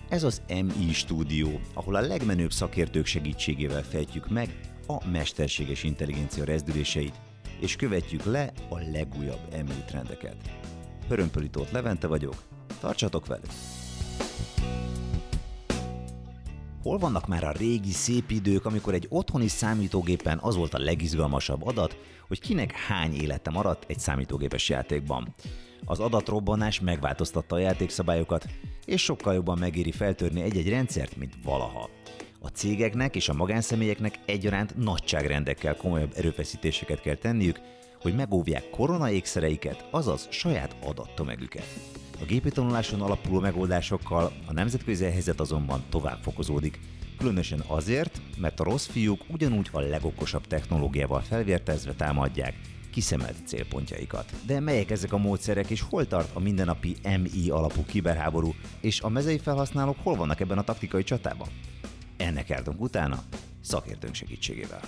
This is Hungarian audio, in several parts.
Ez az MI Stúdió, ahol a legmenőbb szakértők segítségével fejtjük meg a mesterséges intelligencia rezdüléseit, és követjük le a legújabb MI trendeket. Hörömpöli Tóth Levente vagyok, tartsatok velük! Hol vannak már a régi szép idők, amikor egy otthoni számítógépen az volt a legizgalmasabb adat, hogy kinek hány élete maradt egy számítógépes játékban? Az adatrobbanás megváltoztatta a játékszabályokat, és sokkal jobban megéri feltörni egy-egy rendszert, mint valaha. A cégeknek és a magánszemélyeknek egyaránt nagyságrendekkel komolyabb erőfeszítéseket kell tenniük, hogy megóvják koronaékszereiket, azaz saját adattömegüket. A gépi tanuláson alapuló megoldásokkal a nemzetközi helyzet azonban tovább fokozódik. Különösen azért, mert a rossz fiúk ugyanúgy a legokosabb technológiával felvértezve támadják kiszemelt célpontjaikat. De melyek ezek a módszerek, és hol tart a mindennapi MI alapú kiberháború, és a mezei felhasználók hol vannak ebben a taktikai csatában? Ennek jártunk utána, szakértőnk segítségével.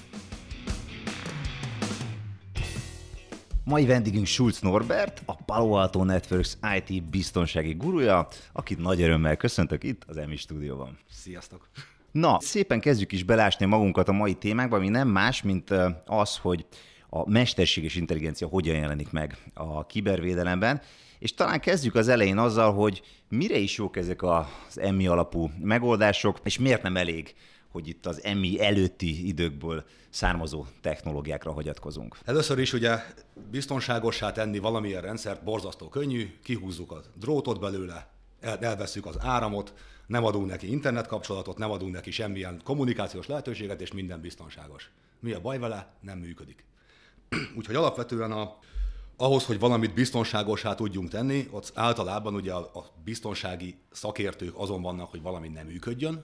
Mai vendégünk Schulz Norbert, a Palo Alto Networks IT biztonsági gurúja, akit nagy örömmel köszöntök itt az MI stúdióban. Sziasztok! Na, szépen kezdjük is belásni magunkat a mai témákba, ami nem más, mint az, hogy a mesterséges intelligencia hogyan jelenik meg a kibervédelemben, és talán kezdjük az elején azzal, hogy mire is jók ezek az MI alapú megoldások, és miért nem elég, hogy itt az MI előtti időkből származó technológiákra hagyatkozunk. Először is ugye biztonságossá tenni valamilyen rendszert borzasztó könnyű, kihúzzuk a drótot belőle, elvesszük az áramot, nem adunk neki internetkapcsolatot, nem adunk neki semmilyen kommunikációs lehetőséget, és minden biztonságos. Mi a baj vele? Nem működik. Úgyhogy alapvetően ahhoz, hogy valamit biztonságossá tudjunk tenni, ott általában ugye a biztonsági szakértők azon vannak, hogy valami nem működjön,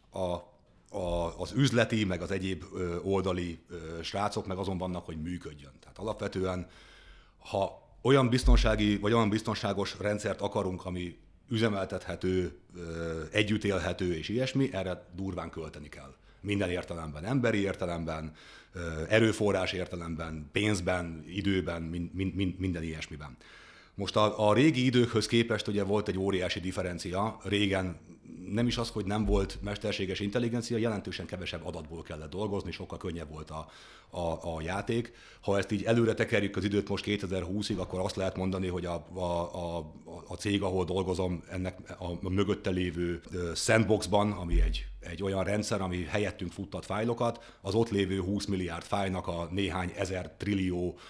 az üzleti, meg az egyéb oldali srácok meg azon vannak, hogy működjön. Tehát alapvetően, ha olyan biztonsági, vagy olyan biztonságos rendszert akarunk, ami üzemeltethető, együtt élhető és ilyesmi, erre durván költeni kell. Minden értelemben, emberi értelemben, erőforrás értelemben, pénzben, időben, minden ilyesmiben. Most a régi időkhöz képest ugye volt egy óriási differencia. Régen nem is az, hogy nem volt mesterséges intelligencia, jelentősen kevesebb adatból kellett dolgozni, sokkal könnyebb volt a játék. Ha ezt így előre tekerjük az időt most 2020-ig, akkor azt lehet mondani, hogy a cég, ahol dolgozom, ennek a mögötte lévő sandboxban, ami egy olyan rendszer, ami helyettünk futtat fájlokat, az ott lévő 20 milliárd fájlnak a néhány ezer trillió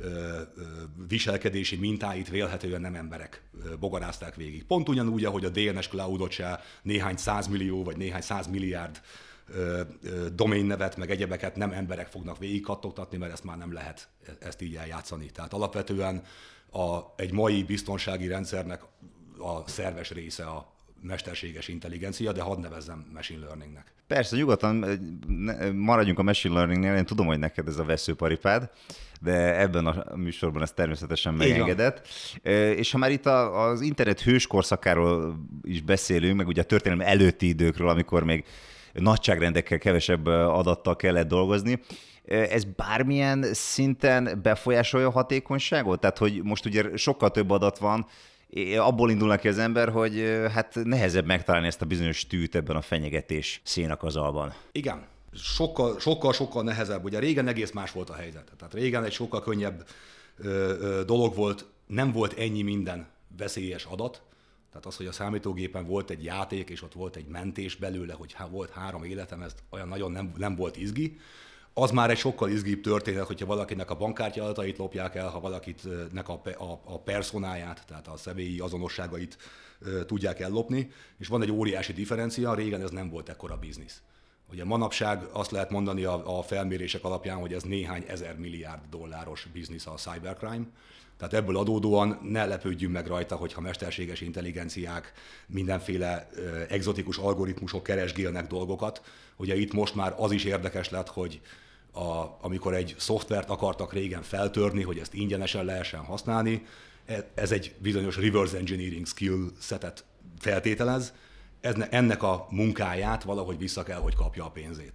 viselkedési mintáit vélhetően nem emberek bogarázták végig. Pont ugyanúgy, ahogy a DNS cloudot se néhány 100 millió vagy néhány 100 milliárd domain nevet, meg egyebeket nem emberek fognak végigkattogtatni, mert ezt már nem lehet ezt így eljátszani. Tehát alapvetően egy mai biztonsági rendszernek a szerves része a mesterséges intelligencia, de hadd nevezzem machine learningnek. Persze, nyugodtan maradjunk a machine learningnél, én tudom, hogy neked ez a veszőparipád, de ebben a műsorban ez természetesen megengedett. És ha már itt az internet hőskorszakáról is beszélünk, meg ugye a történelem előtti időkről, amikor még nagyságrendekkel kevesebb adattal kellett dolgozni, ez bármilyen szinten befolyásolja a hatékonyságot? Tehát, hogy most ugye sokkal több adat van, abból indul neki az ember, hogy hát nehezebb megtalálni ezt a bizonyos tűt ebben a fenyegetés szénakazalban. Igen. Sokkal nehezebb. Ugye régen egész más volt a helyzet. Tehát régen egy sokkal könnyebb dolog volt, nem volt ennyi minden veszélyes adat. Tehát az, hogy a számítógépen volt egy játék, és ott volt egy mentés belőle, hogy volt 3 életem, ez olyan nagyon nem volt izgi. Az már egy sokkal izgibb történet, hogyha valakinek a bankkártya adatait lopják el, ha valakinek a personáját, tehát a személyi azonosságait tudják ellopni, és van egy óriási differencia, régen ez nem volt ekkora biznisz. Ugye manapság azt lehet mondani a felmérések alapján, hogy ez néhány ezer milliárd dolláros biznisz a cybercrime. Tehát ebből adódóan ne lepődjünk meg rajta, hogyha mesterséges intelligenciák, mindenféle egzotikus algoritmusok keresgélnek dolgokat. Ugye itt most már az is érdekes lett, hogy amikor egy szoftvert akartak régen feltörni, hogy ezt ingyenesen lehessen használni, ez egy bizonyos reverse engineering skill setet feltételez, ennek a munkáját valahogy vissza kell, hogy kapja a pénzét.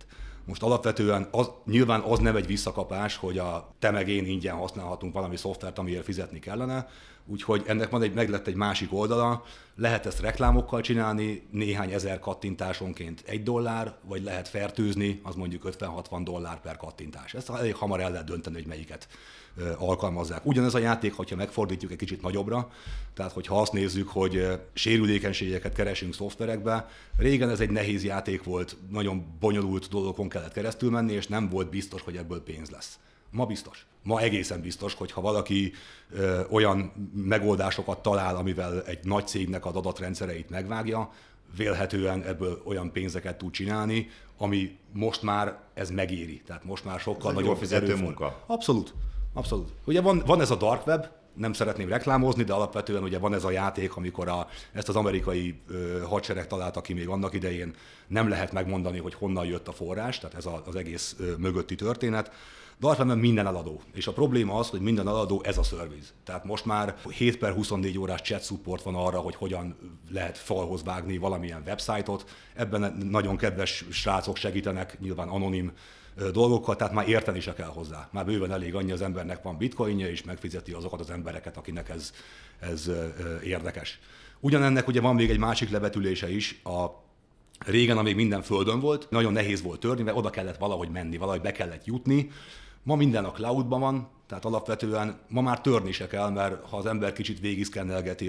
Most alapvetően nyilván az nem egy visszakapás, hogy te meg én ingyen használhatunk valami szoftvert, amiért fizetni kellene, úgyhogy ennek meg lett egy másik oldala, lehet ezt reklámokkal csinálni, néhány ezer kattintásonként $1, vagy lehet fertőzni, az mondjuk $50-60 per kattintás. Ezt elég hamar el lehet dönteni, hogy melyiket alkalmazzák. Ugyanez a játék, hogyha megfordítjuk egy kicsit nagyobbra, tehát hogyha azt nézzük, hogy sérülékenységeket keresünk szoftverekbe, régen ez egy nehéz játék volt, nagyon bonyolult dolgokon kellett keresztül menni, és nem volt biztos, hogy ebből pénz lesz. Ma biztos. Ma egészen biztos, hogy ha valaki olyan megoldásokat talál, amivel egy nagy cégnek az adatrendszereit megvágja, vélhetően ebből olyan pénzeket tud csinálni, ami most már ez megéri. Tehát most már sokkal nagyobb fizető munka. Abszolút. Abszolút. Ugye van ez a dark web, nem szeretném reklámozni, de alapvetően ugye van ez a játék, amikor ezt az amerikai hadsereg találta ki még annak idején, nem lehet megmondani, hogy honnan jött a forrás, tehát ez az egész mögötti történet. Dark webben minden eladó. És a probléma az, hogy minden eladó ez a service. Tehát most már 7/24 órás chat support van arra, hogy hogyan lehet falhoz vágni valamilyen websájtot. Ebben nagyon kedves srácok segítenek, nyilván anonim dolgokkal, tehát már érteni se kell hozzá. Már bőven elég annyi az embernek van bitcoinja, és megfizeti azokat az embereket, akinek ez érdekes. Ugyanennek ugye van még egy másik levetülése is, régen, amíg minden földön volt, nagyon nehéz volt törni, mert oda kellett valahogy menni, valahogy be kellett jutni. Ma minden a cloudban van, tehát alapvetően ma már törni se kell, mert ha az ember kicsit végigszkennelgeti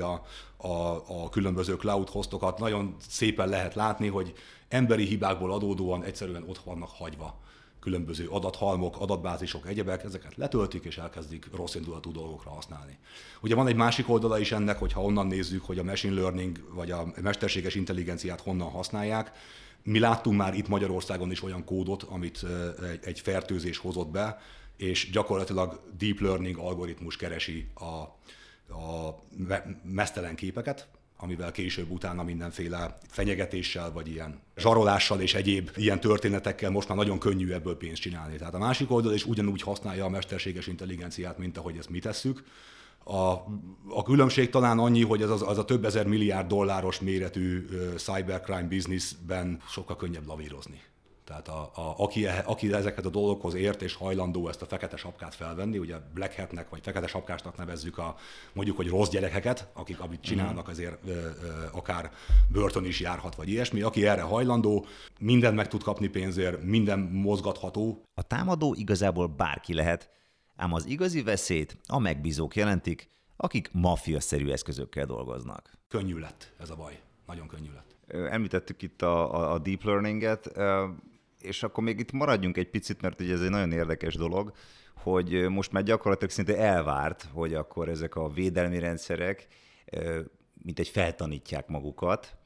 a különböző cloud hostokat, nagyon szépen lehet látni, hogy emberi hibákból adódóan egyszerűen ott vannak hagyva különböző adathalmok, adatbázisok, egyebek, ezeket letöltik és elkezdik rossz indulatú dolgokra használni. Ugye van egy másik oldala is ennek, hogyha onnan nézzük, hogy a machine learning vagy a mesterséges intelligenciát honnan használják. Mi láttunk már itt Magyarországon is olyan kódot, amit egy fertőzés hozott be, és gyakorlatilag deep learning algoritmus keresi a meztelen képeket, amivel később utána mindenféle fenyegetéssel, vagy ilyen zsarolással és egyéb ilyen történetekkel most már nagyon könnyű ebből pénzt csinálni. Tehát a másik oldal is ugyanúgy használja a mesterséges intelligenciát, mint ahogy ezt mi tesszük. A különbség talán annyi, hogy az a több ezer milliárd dolláros méretű cybercrime businessben sokkal könnyebb lavírozni. Tehát aki ezeket a dolgokhoz ért és hajlandó ezt a fekete sapkát felvenni, ugye black hatnek vagy fekete sapkásnak nevezzük mondjuk, hogy rossz gyerekeket, akik amit csinálnak, azért akár börtön is járhat, vagy ilyesmi. Aki erre hajlandó, mindent meg tud kapni pénzért, minden mozgatható. A támadó igazából bárki lehet, ám az igazi veszélyt a megbízók jelentik, akik maffiaszerű eszközökkel dolgoznak. Könnyű lett ez a baj. Nagyon könnyű lett. Említettük itt a deep learninget, és akkor még itt maradjunk egy picit, mert ugye ez egy nagyon érdekes dolog, hogy most már gyakorlatilag szinte elvárt, hogy akkor ezek a védelmi rendszerek mint egy feltanítják magukat.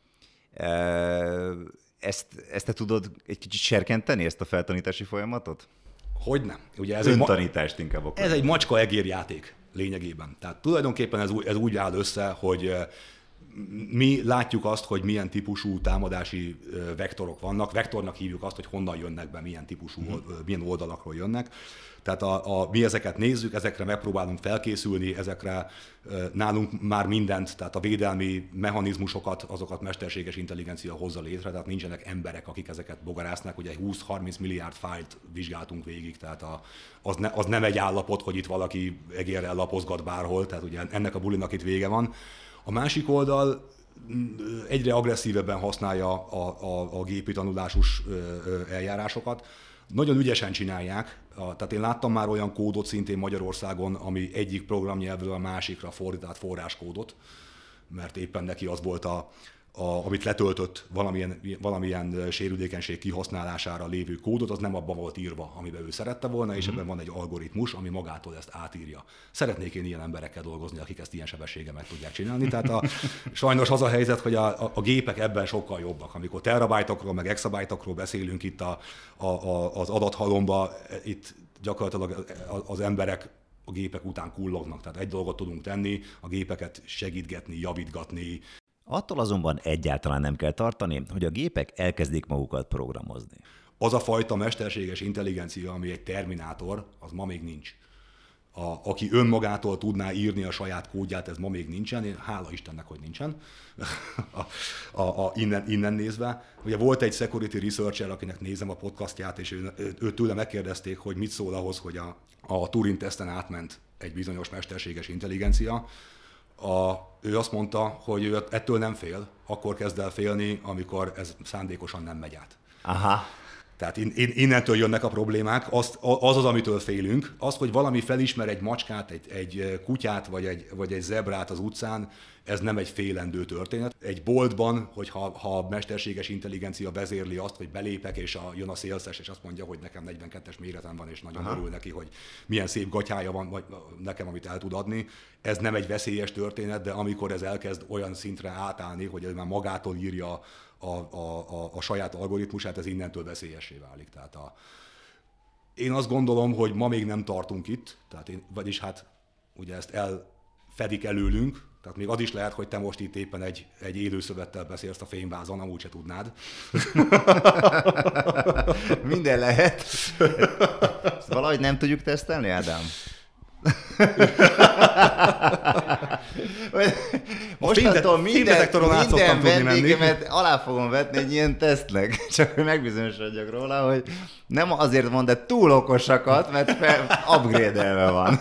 Ezt te tudod egy kicsit serkenteni, ezt a feltanítási folyamatot? Hogyne. Ugye öntanítást inkább akkor. Ez egy macska-egér játék lényegében. Tehát tulajdonképpen ez úgy áll össze, hogy mi látjuk azt, hogy milyen típusú támadási vektorok vannak. Vektornak hívjuk azt, hogy honnan jönnek be, milyen típusú, milyen oldalakról jönnek. Tehát mi ezeket nézzük, ezekre megpróbálunk felkészülni, ezekre nálunk már mindent, tehát a védelmi mechanizmusokat, azokat mesterséges intelligencia hozza létre, tehát nincsenek emberek, akik ezeket bogarásznak. Ugye 20-30 milliárd fájlt vizsgáltunk végig, tehát az nem egy állapot, hogy itt valaki egérrel lapozgat bárhol, tehát ugye ennek a bulinak itt vége van. A másik oldal egyre agresszívebben használja a gépi tanulásos eljárásokat. Nagyon ügyesen csinálják, tehát én láttam már olyan kódot szintén Magyarországon, ami egyik programnyelvről a másikra fordított forráskódot, mert éppen neki az volt amit letöltött valamilyen sérülékenység kihasználására lévő kódot, az nem abban volt írva, amiben ő szerette volna, és ebben van egy algoritmus, ami magától ezt átírja. Szeretnék én ilyen emberekkel dolgozni, akik ezt ilyen sebességgel meg tudják csinálni. Tehát sajnos az a helyzet, hogy a gépek ebben sokkal jobbak. Amikor terabájtokról, meg exabájtokról beszélünk itt az adathalomba, itt gyakorlatilag az emberek a gépek után kullognak. Tehát egy dolgot tudunk tenni, a gépeket segítgetni, javítgatni. Attól azonban egyáltalán nem kell tartani, hogy a gépek elkezdik magukat programozni. Az a fajta mesterséges intelligencia, ami egy terminátor, az ma még nincs. aki önmagától tudná írni a saját kódját, ez ma még nincsen, hála Istennek, hogy nincsen, innen nézve. Ugye volt egy security researcher, akinek nézem a podcastját, és őt tőle megkérdezték, hogy mit szól ahhoz, hogy a Turing-teszten átment egy bizonyos mesterséges intelligencia. Ő azt mondta, hogy ő ettől nem fél, akkor kezd el félni, amikor ez szándékosan nem megy át. Aha. Tehát innentől jönnek a problémák, az, amitől félünk. Az, hogy valami felismer egy macskát, egy kutyát, vagy egy zebrát az utcán, ez nem egy félendő történet. Egy boltban, ha mesterséges intelligencia vezérli azt, hogy belépek, és jön a szélszes, és azt mondja, hogy nekem 42-es méretem van, és nagyon örül neki, hogy milyen szép gatyája van vagy nekem, amit el tud adni. Ez nem egy veszélyes történet, de amikor ez elkezd olyan szintre átállni, hogy ez már magától írja a saját algoritmusát, ez innentől veszélyessé válik. Tehát én azt gondolom, hogy ma még nem tartunk itt, vagyis hát ugye ezt elfedik előlünk, tehát még az is lehet, hogy te most itt éppen egy élőszövettel beszélsz a fényvázon, amúgy se tudnád. Minden lehet. Ezt valahogy nem tudjuk tesztelni, Ádám? Mostantól minden vendégemet alá fogom vetni egy ilyen tesztnek, csak hogy megbizonyosodjak róla, hogy nem azért mond, de túl okosakat, mert upgrade-elve van.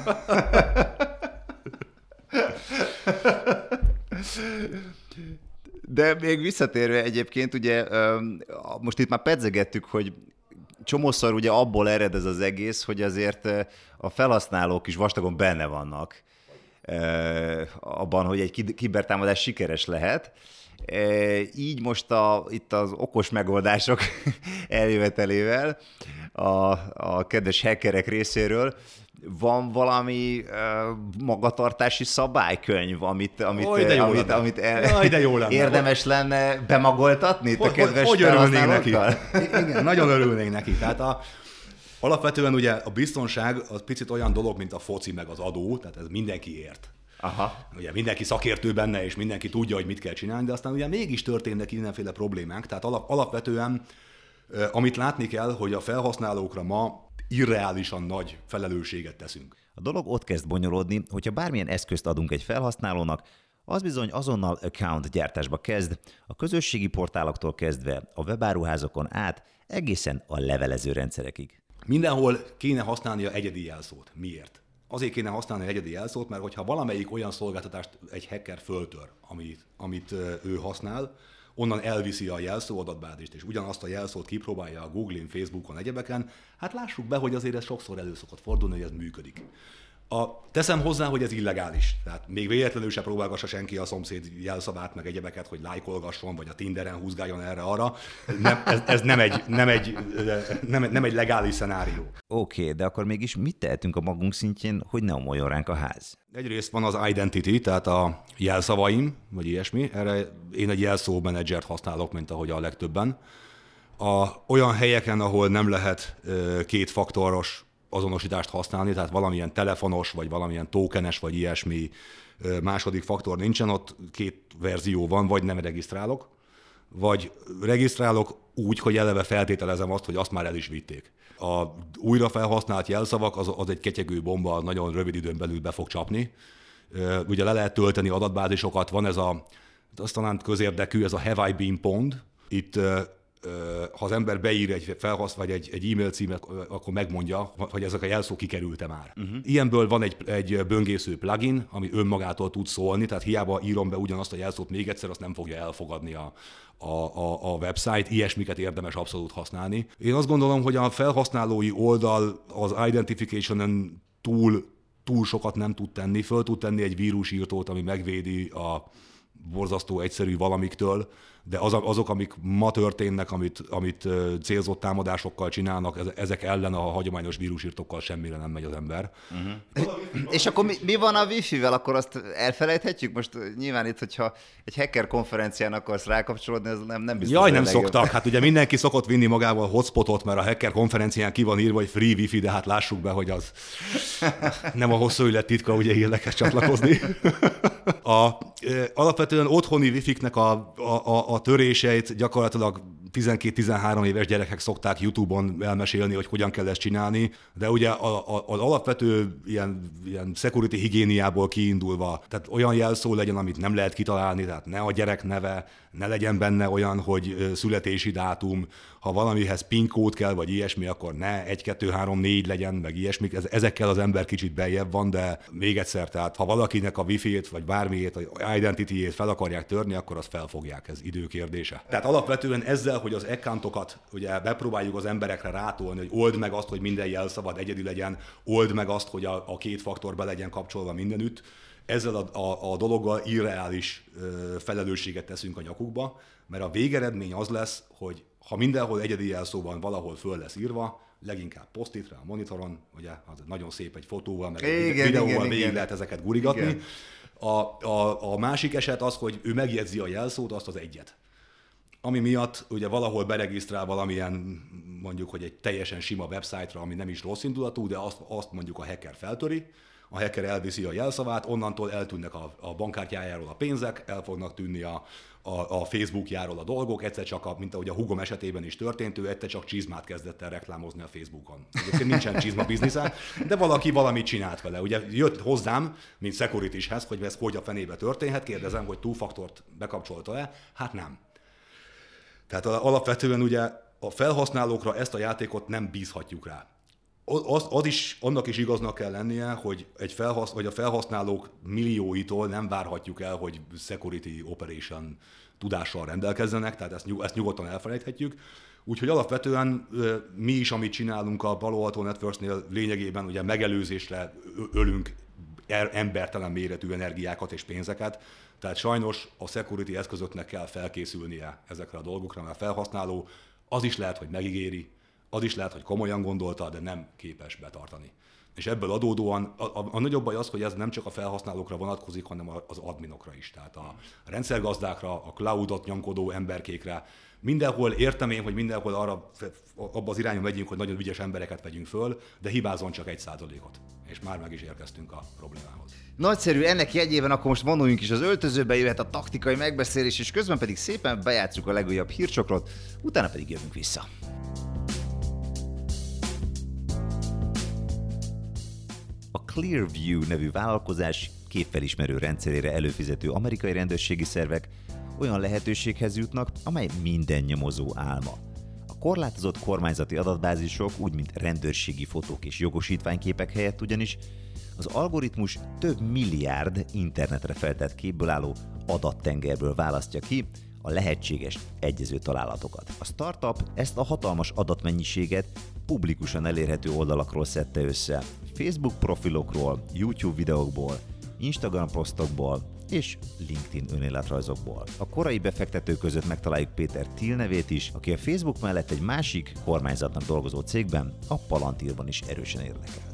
De még visszatérve egyébként, ugye most itt már pedzegettük, hogy csomószor ugye abból ered ez az egész, hogy azért a felhasználók is vastagon benne vannak abban, hogy egy kibertámadás sikeres lehet. Így most itt az okos megoldások eljövetelével a kedves hackerek részéről van valami magatartási szabálykönyv, amit érdemes lenne bemagoltatni a kedves felhasználókkal? Igen, nagyon örülnék neki. Tehát alapvetően ugye a biztonság az picit olyan dolog, mint a foci meg az adó, tehát ez mindenki ért. Aha. Ugye mindenki szakértő benne, és mindenki tudja, hogy mit kell csinálni, de aztán ugye mégis történnek mindenféle problémák. Tehát alapvetően amit látni kell, hogy a felhasználókra ma irreálisan nagy felelősséget teszünk. A dolog ott kezd bonyolódni, hogyha bármilyen eszközt adunk egy felhasználónak, az bizony azonnal account gyártásba kezd, a közösségi portáloktól kezdve a webáruházakon át egészen a levelező rendszerekig. Mindenhol kéne használnia egyedi jelszót. Miért? Azért kéne használni egyedi jelszót, mert hogyha valamelyik olyan szolgáltatást egy hacker föltör, amit ő használ, onnan elviszi a jelszó adatbázist, és ugyanazt a jelszót kipróbálja a Google-in, Facebookon, egyebeken, hát lássuk be, hogy azért ez sokszor elő szokott fordulni, hogy ez működik. Teszem hozzá, hogy ez illegális. Tehát még véletlenül se próbálgassa senki a szomszéd jelszavát, meg egyebeket, hogy lájkolgasson, vagy a Tinderen húzgáljon erre-arra. Ez nem egy legális szenárió. Oké, de akkor mégis mit tehetünk a magunk szintjén, hogy ne omoljon ránk a ház? Egyrészt van az identity, tehát a jelszavaim, vagy ilyesmi. Erre én egy jelszó menedzsert használok, mint ahogy a legtöbben. Olyan helyeken, ahol nem lehet kétfaktoros azonosítást használni, tehát valamilyen telefonos, vagy valamilyen tokenes, vagy ilyesmi második faktor nincsen, ott két verzió van, vagy nem regisztrálok, vagy regisztrálok úgy, hogy eleve feltételezem azt, hogy azt már el is vitték. A újra felhasznált jelszavak az egy ketyegő bomba, nagyon rövid időn belül be fog csapni. Ugye le lehet tölteni adatbázisokat, van ez az talán közérdekű, ez a Have I Been Pwned. Itt ha az ember beír egy vagy egy e-mail címet, akkor megmondja, hogy ezek a jelszók kikerült-e már. Ilyenből van egy böngésző plugin, ami önmagától tud szólni, tehát hiába írom be ugyanazt a jelszót még egyszer, azt nem fogja elfogadni a website, ilyesmiket érdemes abszolút használni. Én azt gondolom, hogy a felhasználói oldal az identification-en túl sokat nem tud tenni, föl tud tenni egy vírusírtót, ami megvédi a borzasztó egyszerű valamiktől, de azok, amik ma történnek, amit célzott támadásokkal csinálnak, ezek ellen a hagyományos vírusírtókkal semmire nem megy az ember. És akkor mi van a Wi-Fi-vel? Akkor azt elfelejthetjük? Most nyilván itt, hogyha egy hacker konferencián akarsz rákapcsolódni, ez nem biztos. Jaj, nem szoktak. Hát ugye mindenki szokott vinni magával hotspotot, mert a hacker konferencián ki van írva, hogy free Wi-Fi, de hát lássuk be, hogy az nem a hosszú élet titka, ugye érdekes csatlakozni. Alapvetően otthoni Wi-Fi-knek a töréseit gyakorlatilag 12-13 éves gyerekek szokták YouTube-on elmesélni, hogy hogyan kell ezt csinálni, de ugye az alapvető ilyen security higiéniából kiindulva, tehát olyan jelszó legyen, amit nem lehet kitalálni, tehát ne a gyerek neve, ne legyen benne olyan, hogy születési dátum, ha valamihez PIN kód kell, vagy ilyesmi, akkor ne 1, 2, 3, 4 legyen, meg ilyesmi. Ezekkel az ember kicsit beljebb van, de még egyszer, tehát ha valakinek a wifi-ét, vagy bármiét, vagy identity-ét fel akarják törni, akkor azt felfogják, ez időkérdése. Tehát alapvetően ezzel, hogy az accountokat ugye bepróbáljuk az emberekre rátolni, hogy old meg azt, hogy minden jelszavad egyedi legyen, old meg azt, hogy a két faktor be legyen kapcsolva mindenütt, ezzel a dologgal irreális felelősséget teszünk a nyakukba, mert a végeredmény az lesz, hogy ha mindenhol egyedi jelszó van, valahol föl lesz írva, leginkább posztitre a monitoron, ugye, az nagyon szép egy fotóval, meg egy videóval végig lehet ezeket gurigatni. A másik eset az, hogy ő megjegyzi a jelszót, azt az egyet. Ami miatt ugye valahol beregisztrál valamilyen, mondjuk, hogy egy teljesen sima website-ra, ami nem is rossz indulatú, de azt mondjuk a hacker feltöri, a hacker elviszi a jelszavát, onnantól eltűnnek a bankkártyájáról a pénzek, el fognak tűnni a Facebookjáról a dolgok, egyszer csak, mint ahogy a húgom esetében is történt, ő egyszer csak csizmát kezdett el reklámozni a Facebookon. Egyébként nincsen csizma biznisze, de valaki valamit csinált vele. Ugye jött hozzám, mint security-shez, hogy ez hogy a fenébe történhet, kérdezem, hogy two-faktort bekapcsolta-e? Hát nem. Tehát alapvetően ugye a felhasználókra ezt a játékot nem bízhatjuk rá. Annak is igaznak kell lennie, hogy a felhasználók millióitól nem várhatjuk el, hogy security operation tudással rendelkezzenek, tehát ezt nyugodtan elfelejthetjük. Úgyhogy alapvetően mi is, amit csinálunk a Palo Alto Networksnél, lényegében ugye megelőzésre ölünk embertelen méretű energiákat és pénzeket, tehát sajnos a security eszközöknek kell felkészülnie ezekre a dolgokra, mert a felhasználó az is lehet, hogy megígéri, az is lehet, hogy komolyan gondolta, de nem képes betartani. És ebből adódóan a nagyobb baj az, hogy ez nem csak a felhasználókra vonatkozik, hanem az adminokra is. Tehát a rendszergazdákra, a cloudot nyomkodó emberkékre. Mindenhol értem én, hogy mindenhol abba az irányba megyünk, hogy nagyon ügyes embereket vegyünk föl, de hibázon csak 1%-ot. És már meg is érkeztünk a problémához. Nagyszerű, ennek jegyében akkor most vonuljunk is az öltözőbe, jöhet a taktikai megbeszélés, és közben pedig szépen bejátsszuk a legújabb hírcsokrot, utána pedig jövünk vissza. A Clearview nevű vállalkozás képfelismerő rendszerére előfizető amerikai rendőrségi szervek olyan lehetőséghez jutnak, amely minden nyomozó álma. A korlátozott kormányzati adatbázisok, úgy mint rendőrségi fotók és jogosítványképek helyett ugyanis az algoritmus több milliárd internetre feltett képből álló adattengerből választja ki a lehetséges egyező találatokat. A startup ezt a hatalmas adatmennyiséget publikusan elérhető oldalakról szedte össze, Facebook profilokról, YouTube videókból, Instagram posztokból és LinkedIn önéletrajzokból. A korai befektetők között megtaláljuk Peter Thiel nevét is, aki a Facebook mellett egy másik kormányzatnak dolgozó cégben, a Palantirban is erősen érdekelt.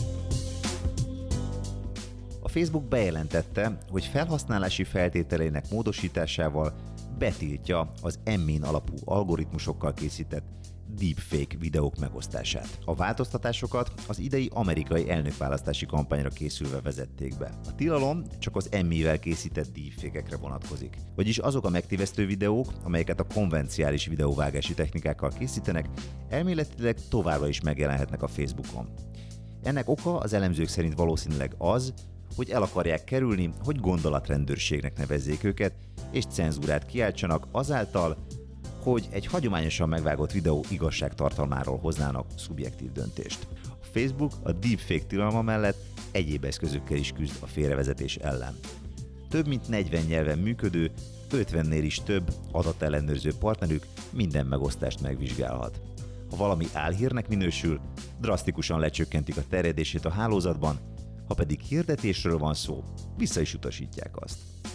A Facebook bejelentette, hogy felhasználási feltételeinek módosításával betiltja az emmén alapú algoritmusokkal készített deepfake videók megosztását. A változtatásokat az idei amerikai elnökválasztási kampányra készülve vezették be. A tilalom csak az emmével készített deepfake-ekre vonatkozik. Vagyis azok a megtévesztő videók, amelyeket a konvenciális videóvágási technikákkal készítenek, elméletileg továbbra is megjelenhetnek a Facebookon. Ennek oka az elemzők szerint valószínűleg az, hogy el akarják kerülni, hogy gondolatrendőrségnek nevezzék őket, és cenzúrát kiáltsanak azáltal, hogy egy hagyományosan megvágott videó igazságtartalmáról hoznának szubjektív döntést. A Facebook a deepfake tilalma mellett egyéb eszközökkel is küzd a félrevezetés ellen. Több mint 40 nyelven működő, 50-nél is több adatellenőrző partnerük minden megosztást megvizsgálhat. Ha valami álhírnek minősül, drasztikusan lecsökkentik a terjedését a hálózatban, ha pedig hirdetésről van szó, vissza is utasítják azt.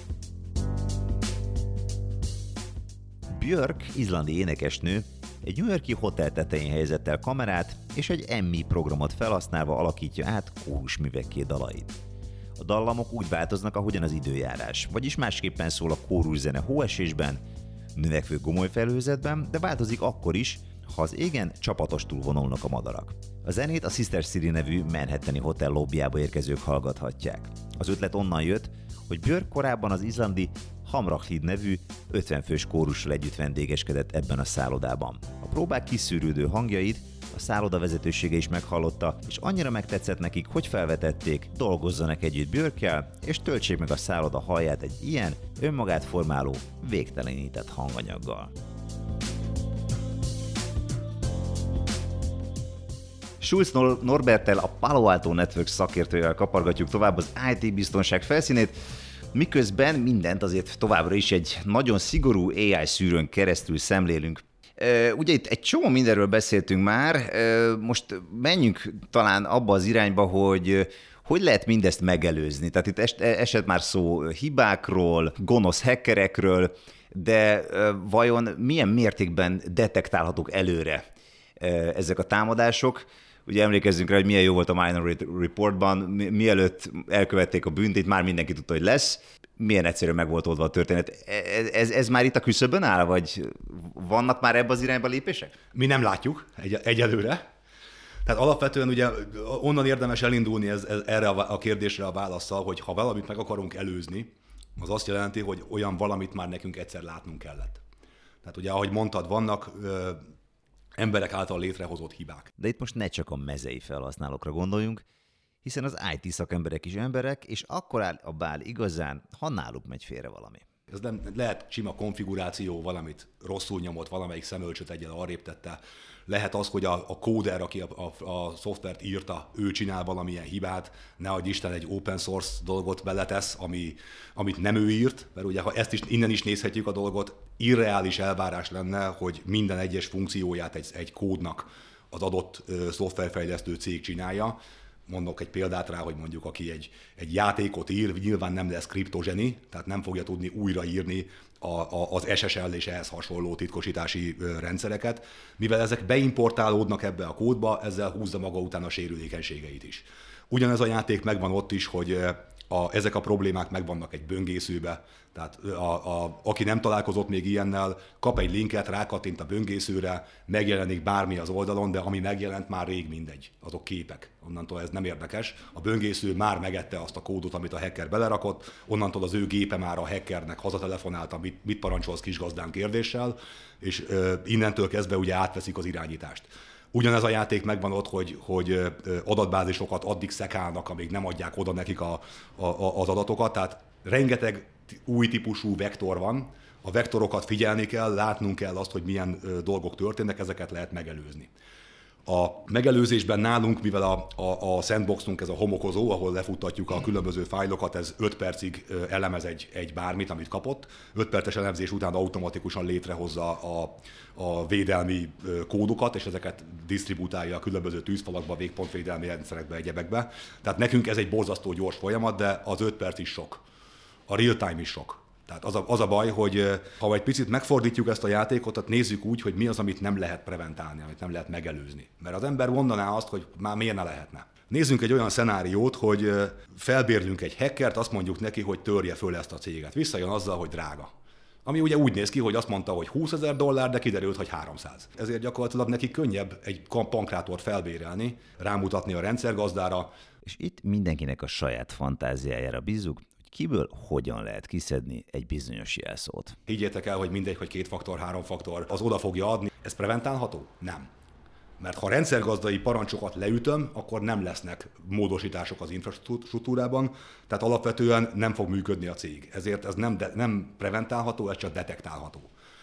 Björk, izlandi énekesnő, egy New York-i hotel tetején helyezett el kamerát, és egy Emmy programot felhasználva alakítja át kórusművekké dalait. A dallamok úgy változnak, ahogyan az időjárás, vagyis másképpen szól a kóruszene hóesésben, növekvő gomoly felhőzetben, de változik akkor is, ha az égen csapatostul vonulnak a madarak. A zenét a Sister City nevű manhattani hotel lobbyába érkezők hallgathatják. Az ötlet onnan jött, hogy Björk korábban az izlandi Hamrakhid nevű 50 fős kórussal együtt vendégeskedett ebben a szállodában. A próbák kiszűrődő hangjait a szálloda vezetősége is meghallotta, és annyira megtetszett nekik, hogy felvetették, dolgozzanak együtt Björkkel, és töltsék meg a szálloda haját egy ilyen, önmagát formáló, végtelenített hanganyaggal. Schulz Norberttel, a Palo Alto Networks szakértőjével kapargatjuk tovább az IT-biztonság felszínét, miközben mindent azért továbbra is egy nagyon szigorú AI szűrőn keresztül szemlélünk. Ugye itt egy csomó mindenről beszéltünk már, most menjünk talán abba az irányba, hogy lehet mindezt megelőzni. Tehát itt esett már szó hibákról, gonosz hackerekről, de vajon milyen mértékben detektálhatók előre ezek a támadások? Ugye emlékezzünk rá, hogy milyen jó volt a Minority Reportban, mielőtt elkövették a bűnt, itt már mindenki tudta, hogy lesz. Milyen egyszerűen meg volt oldva a történet. Ez már itt a küszöbön áll, vagy vannak már ebbe az irányba lépések? Mi nem látjuk egyelőre. Tehát alapvetően ugye onnan érdemes elindulni erre a kérdésre a válasszal, hogy ha valamit meg akarunk előzni, az azt jelenti, hogy olyan valamit már nekünk egyszer látnunk kellett. Tehát ugye, ahogy mondtad, vannak emberek által létrehozott hibák. De itt most ne csak a mezei felhasználókra gondoljunk, hiszen az IT szakemberek is emberek, és akkor áll a bál igazán, ha náluk megy félre valami. Ez nem lehet sima konfiguráció, valamit rosszul nyomott, valamelyik szemölcsöt egyel arrébb tette. Lehet az, hogy a kóder, aki a szoftvert írta, ő csinál valamilyen hibát, nehogy Isten egy open source dolgot beletesz, amit nem ő írt, mert ugye ha innen is nézhetjük a dolgot, irreális elvárás lenne, hogy minden egyes funkcióját egy kódnak az adott szoftverfejlesztő cég csinálja. Mondok egy példát rá, hogy mondjuk aki egy játékot ír, nyilván nem lesz kriptogeni, tehát nem fogja tudni újraírni az SSL és ehhez hasonló titkosítási rendszereket, mivel ezek beimportálódnak ebbe a kódba, ezzel húzza maga után a sérülékenységeit is. Ugyanez a játék megvan ott is, hogy ezek a problémák megvannak egy böngészőbe, tehát aki nem találkozott még ilyennel, kap egy linket, rákattint a böngészőre, megjelenik bármi az oldalon, de ami megjelent, már rég mindegy, azok képek. Onnantól ez nem érdekes. A böngésző már megette azt a kódot, amit a hacker belerakott, onnantól az ő gépe már a hackernek hazatelefonálta, mit parancsolsz kisgazdám kérdéssel, és innentől kezdve ugye átveszik az irányítást. Ugyanez a játék megvan ott, hogy adatbázisokat addig szekálnak, amíg nem adják oda nekik az adatokat, tehát rengeteg új típusú vektor van, a vektorokat figyelni kell, látnunk kell azt, hogy milyen dolgok történnek, ezeket lehet megelőzni. A megelőzésben nálunk, mivel a sandboxunk ez a homokozó, ahol lefuttatjuk a különböző fájlokat, ez 5 percig elemez egy bármit, amit kapott. 5 perces elemzés után automatikusan létrehozza a védelmi kódokat, és ezeket disztribútálja a különböző tűzfalakba, végpontvédelmi rendszerekbe, egyebekbe. Tehát nekünk ez egy borzasztó gyors folyamat, de az 5 perc is sok. A real time is sok. Tehát az a baj, hogy ha egy picit megfordítjuk ezt a játékot, tehát nézzük úgy, hogy mi az, amit nem lehet preventálni, amit nem lehet megelőzni. Mert az ember mondaná azt, hogy már miért ne lehetne. Nézzünk egy olyan szenáriót, hogy felbérlünk egy hackert, azt mondjuk neki, hogy törje föl ezt a céget. Visszajön azzal, hogy drága. Ami ugye úgy néz ki, hogy azt mondta, hogy $20,000, de kiderült, hogy 300. Ezért gyakorlatilag neki könnyebb egy pankrátort felbérelni, rámutatni a rendszergazdára. És itt mindenkinek a saját fantáziájára bízzuk, kiből hogyan lehet kiszedni egy bizonyos jelszót. Higgyétek el, hogy mindegy, hogy 2 faktor, 3 faktor, az oda fogja adni. Ez preventálható? Nem. Mert ha rendszergazdai parancsokat leütöm, akkor nem lesznek módosítások az infrastruktúrában, tehát alapvetően nem fog működni a cég. Ezért ez nem preventálható, ez csak detektálható.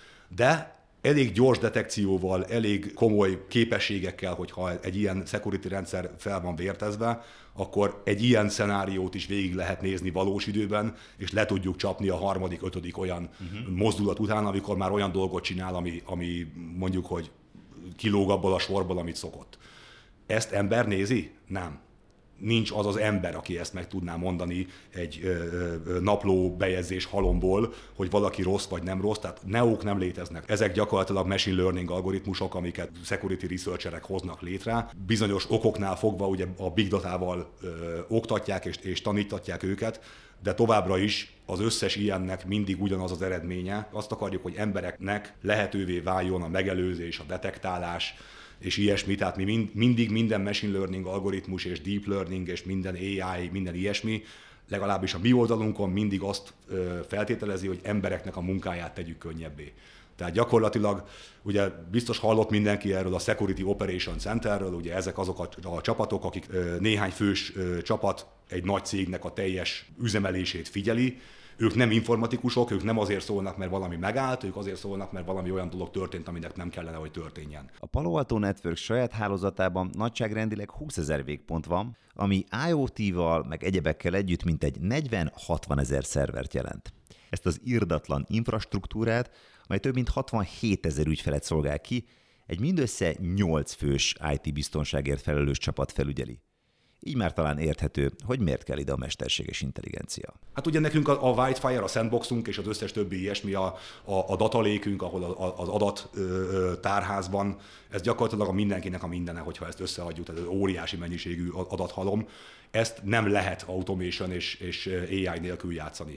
De elég gyors detekcióval, elég komoly képességekkel, hogyha egy ilyen security rendszer fel van vértezve, akkor egy ilyen szenáriót is végig lehet nézni valós időben, és le tudjuk csapni a 3., 5. olyan mozdulat után, amikor már olyan dolgot csinál, ami mondjuk, hogy kilóg abból a sorból, amit szokott. Ezt ember nézi? Nem. Nincs az az ember, aki ezt meg tudná mondani egy napló bejegyzés halomból, hogy valaki rossz vagy nem rossz, tehát neók nem léteznek. Ezek gyakorlatilag machine learning algoritmusok, amiket security researcherek hoznak létre. Bizonyos okoknál fogva ugye a big datával oktatják és tanítatják őket, de továbbra is az összes ilyennek mindig ugyanaz az eredménye. Azt akarjuk, hogy embereknek lehetővé váljon a megelőzés, a detektálás, és ilyesmi, tehát mi mindig minden machine learning algoritmus és deep learning és minden AI, minden ilyesmi legalábbis a mi oldalunkon mindig azt feltételezi, hogy embereknek a munkáját tegyük könnyebbé. Tehát gyakorlatilag, ugye biztos hallott mindenki erről a Security Operation Centerről, ugye ezek azok a csapatok, akik néhány fős csapat egy nagy cégnek a teljes üzemelését figyeli. Ők nem informatikusok, ők nem azért szólnak, mert valami megállt, ők azért szólnak, mert valami olyan dolog történt, aminek nem kellene, hogy történjen. A Palo Alto Networks saját hálózatában nagyságrendileg 20 000 végpont van, ami IoT-val meg egyebekkel együtt mintegy 40-60 000 szervert jelent. Ezt az irdatlan infrastruktúrát, amely több mint 67 000 ügyfelet szolgál ki, egy mindössze 8 fős IT-biztonságért felelős csapat felügyeli. Így már talán érthető, hogy miért kell ide a mesterséges intelligencia. Hát ugye nekünk a Whitefire, a Sandboxunk és az összes többi ilyesmi a datalékünk, ahol az adattárházban, ez gyakorlatilag a mindenkinek a mindene, hogyha ezt összeadjuk, tehát óriási mennyiségű adathalom. Ezt nem lehet automation és AI nélkül játszani.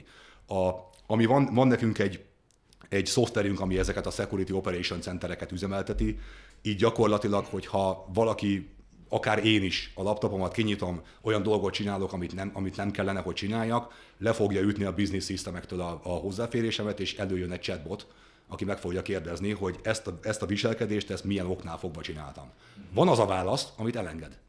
Ami van nekünk egy szoftverünk, ami ezeket a Security Operation Centereket üzemelteti, így gyakorlatilag, hogyha valaki, akár én is a laptopomat kinyitom, olyan dolgot csinálok, amit nem kellene, hogy csináljak, le fogja ütni a business systemektől a hozzáférésemet, és előjön egy chatbot, aki meg fogja kérdezni, hogy ezt a viselkedést, ezt milyen oknál fogva csináltam. Van az a válasz, amit elenged.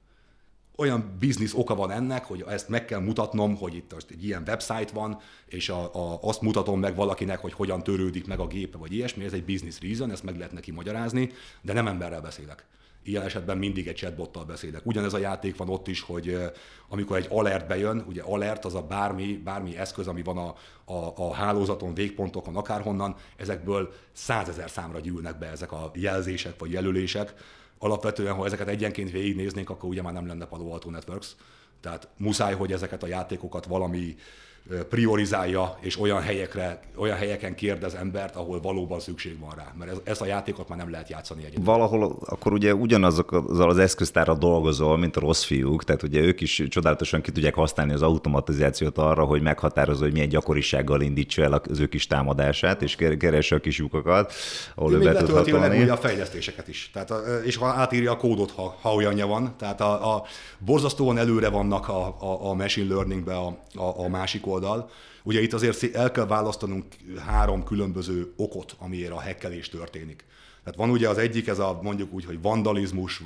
Olyan biznisz oka van ennek, hogy ezt meg kell mutatnom, hogy itt egy ilyen website van, és azt mutatom meg valakinek, hogy hogyan törődik meg a gépe, vagy ilyesmi. Ez egy business reason, ezt meg lehet neki magyarázni, de nem emberrel beszélek. Ilyen esetben mindig egy chatbottal beszélek. Ugyanez a játék van ott is, hogy amikor egy alert bejön, ugye alert az a bármi eszköz, ami van a hálózaton, végpontokon, akárhonnan, ezekből 100 000 számra gyűlnek be ezek a jelzések vagy jelölések. Alapvetően, ha ezeket egyenként végignéznénk, akkor ugye már nem lenne Palo Alto Networks. Tehát muszáj, hogy ezeket a játékokat valami priorizálja, és olyan helyeken kérdez embert, ahol valóban szükség van rá. Mert ezt a játékot már nem lehet játszani egyedül. Valahol akkor ugye ugyanazokkal az eszköztárral dolgozol, mint a rossz fiúk, tehát ugye ők is csodálatosan ki tudják használni az automatizációt arra, hogy meghatározza, hogy milyen gyakorisággal indítsa el az ő kis támadását, és keresse a kis lyukakat, ahol ő be tud hatolni. A fejlesztéseket is. Tehát, és ha átírja a kódot, ha olyanja van. Tehát borzasztóan előre vannak a machine learningbe a másik oldal. Ugye itt azért el kell választanunk 3 különböző okot, amiért a hekkelés történik. Tehát van ugye az egyik, ez mondjuk úgy, hogy vandalizmus,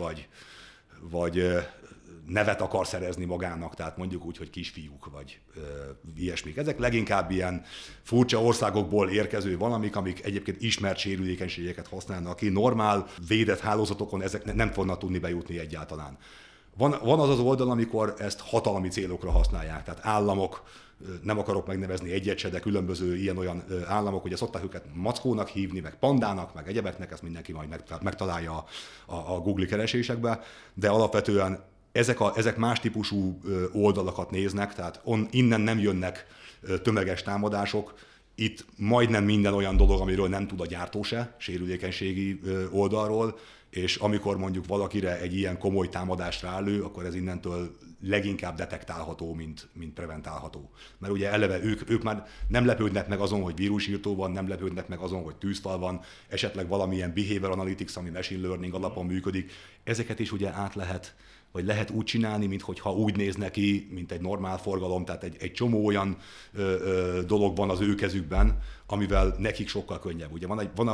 vagy nevet akar szerezni magának, tehát mondjuk úgy, hogy kisfiúk, vagy ilyesmik. Ezek leginkább ilyen furcsa országokból érkező valamik, amik egyébként ismert sérülékenységeket használnak ki. Normál, védett hálózatokon ezek nem fognak tudni bejutni egyáltalán. Van az oldal, amikor ezt hatalmi célokra használják, tehát államok, nem akarok megnevezni egyet se, de különböző ilyen-olyan államok, ugye szokták őket mackónak hívni, meg pandának, meg egyebeknek, ezt mindenki majd megtalálja a Google keresésekbe, de alapvetően ezek más típusú oldalakat néznek, tehát innen nem jönnek tömeges támadások. Itt majdnem minden olyan dolog, amiről nem tud a gyártó se, sérülékenységi oldalról, és amikor mondjuk valakire egy ilyen komoly támadásra áll ő, akkor ez innentől leginkább detektálható, mint preventálható. Mert ugye eleve ők már nem lepődnek meg azon, hogy vírusírtó van, nem lepődnek meg azon, hogy tűzfal van, esetleg valamilyen behavior analytics, ami machine learning alapon működik. Ezeket is ugye lehet úgy csinálni, mintha úgy néz neki, mint egy normál forgalom, tehát egy csomó olyan dolog van az ő kezükben, amivel nekik sokkal könnyebb. Ugye van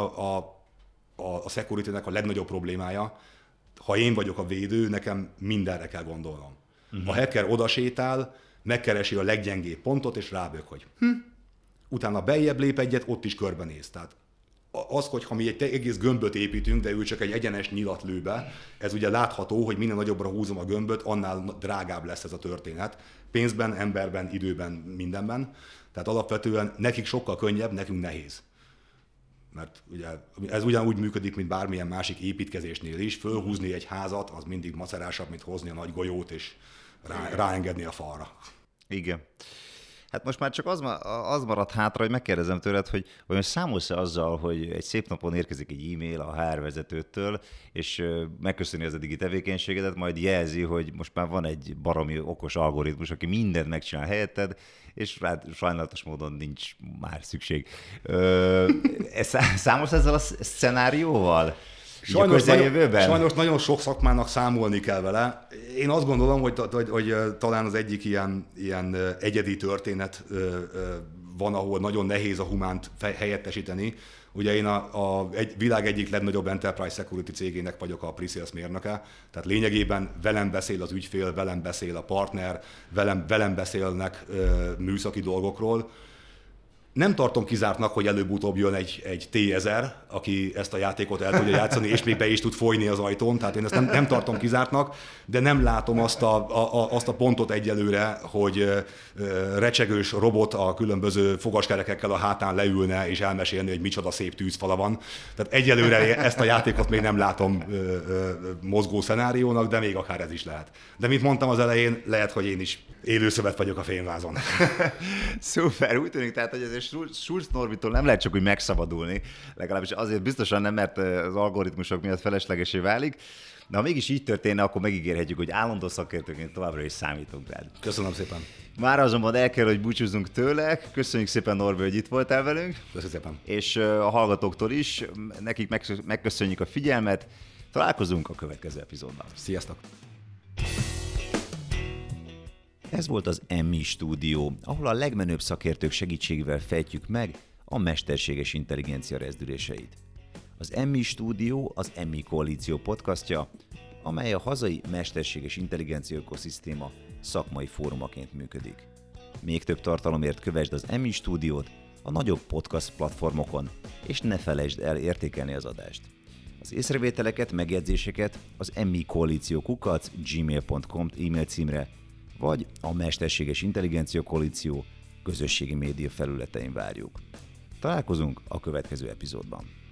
a security-nek a legnagyobb problémája, ha én vagyok a védő, nekem mindenre kell gondolnom. A hacker odasétál, megkeresi a leggyengébb pontot, és rábök, hogy utána beljebb lép egyet, ott is körbenéz. Tehát az, hogyha mi egy egész gömböt építünk, de ő csak egy egyenes nyilat lő be, ez ugye látható, hogy minél nagyobbra húzom a gömböt, annál drágább lesz ez a történet. Pénzben, emberben, időben, mindenben. Tehát alapvetően nekik sokkal könnyebb, nekünk nehéz. Mert ugye ez ugyanúgy működik, mint bármilyen másik építkezésnél is. Fölhúzni egy házat, az mindig macerásabb, mint hozni a nagy golyót és ráengedni a falra. Igen. Hát most már csak az maradt hátra, hogy megkérdezem tőled, hogy vajon számolsz-e azzal, hogy egy szép napon érkezik egy e-mail a HR vezetőtől, és megköszöni az eddigi tevékenységedet, majd jelzi, hogy most már van egy baromi okos algoritmus, aki mindent megcsinál helyetted, és rád sajnálatos módon nincs már szükség. Számolsz ezzel a szenárióval? Sajnos nagyon sok szakmának számolni kell vele. Én azt gondolom, hogy talán az egyik ilyen egyedi történet van, ahol nagyon nehéz a humánt helyettesíteni. Ugye én a világ egyik legnagyobb enterprise security cégének vagyok a pre-sales mérnöke, tehát lényegében velem beszél az ügyfél, velem beszél a partner, velem beszélnek műszaki dolgokról. Nem tartom kizártnak, hogy előbb-utóbb jön egy T1000, aki ezt a játékot el tudja játszani, és még be is tud folyni az ajtón, tehát én ezt nem tartom kizártnak, de nem látom azt a pontot egyelőre, hogy recsegős robot a különböző fogaskerekekkel a hátán leülne és elmesélni, hogy micsoda szép tűzfala van. Tehát egyelőre ezt a játékot még nem látom mozgó szenáriónak, de még akár ez is lehet. De mint mondtam az elején, lehet, hogy én is élőszövet vagyok a fényvázon. Szuper, úgy tűnik tehát, hogy ezért Schulz Norbitól nem lehet csak úgy megszabadulni, legalábbis azért biztosan nem, mert az algoritmusok miatt feleslegesé válik, de ha mégis így történne, akkor megígérhetjük, hogy állandó szakértőként továbbra is számítunk rád. Köszönöm szépen. Már azonban el kell, hogy búcsúzzunk tőle. Köszönjük szépen, Norbi, hogy itt voltál velünk. Köszönöm szépen. És a hallgatóktól is, nekik megköszönjük a figyelmet. Találkozunk a következő epizódban. Sziasztok! Ez volt az Emmi Stúdió, ahol a legmenőbb szakértők segítségével fejtjük meg a mesterséges intelligencia rezdüléseit. Az Emmi Stúdió az Emmi Koalíció podcastja, amely a hazai mesterséges intelligencia ökoszisztéma szakmai fórumaként működik. Még több tartalomért kövesd az Emmi Stúdiót a nagyobb podcast platformokon, és ne felejtsd el értékelni az adást. Az észrevételeket, megjegyzéseket az emmikoalíció@gmail.com e-mail címre, vagy a Mesterséges Intelligencia Koalíció közösségi média felületein várjuk. Találkozunk a következő epizódban.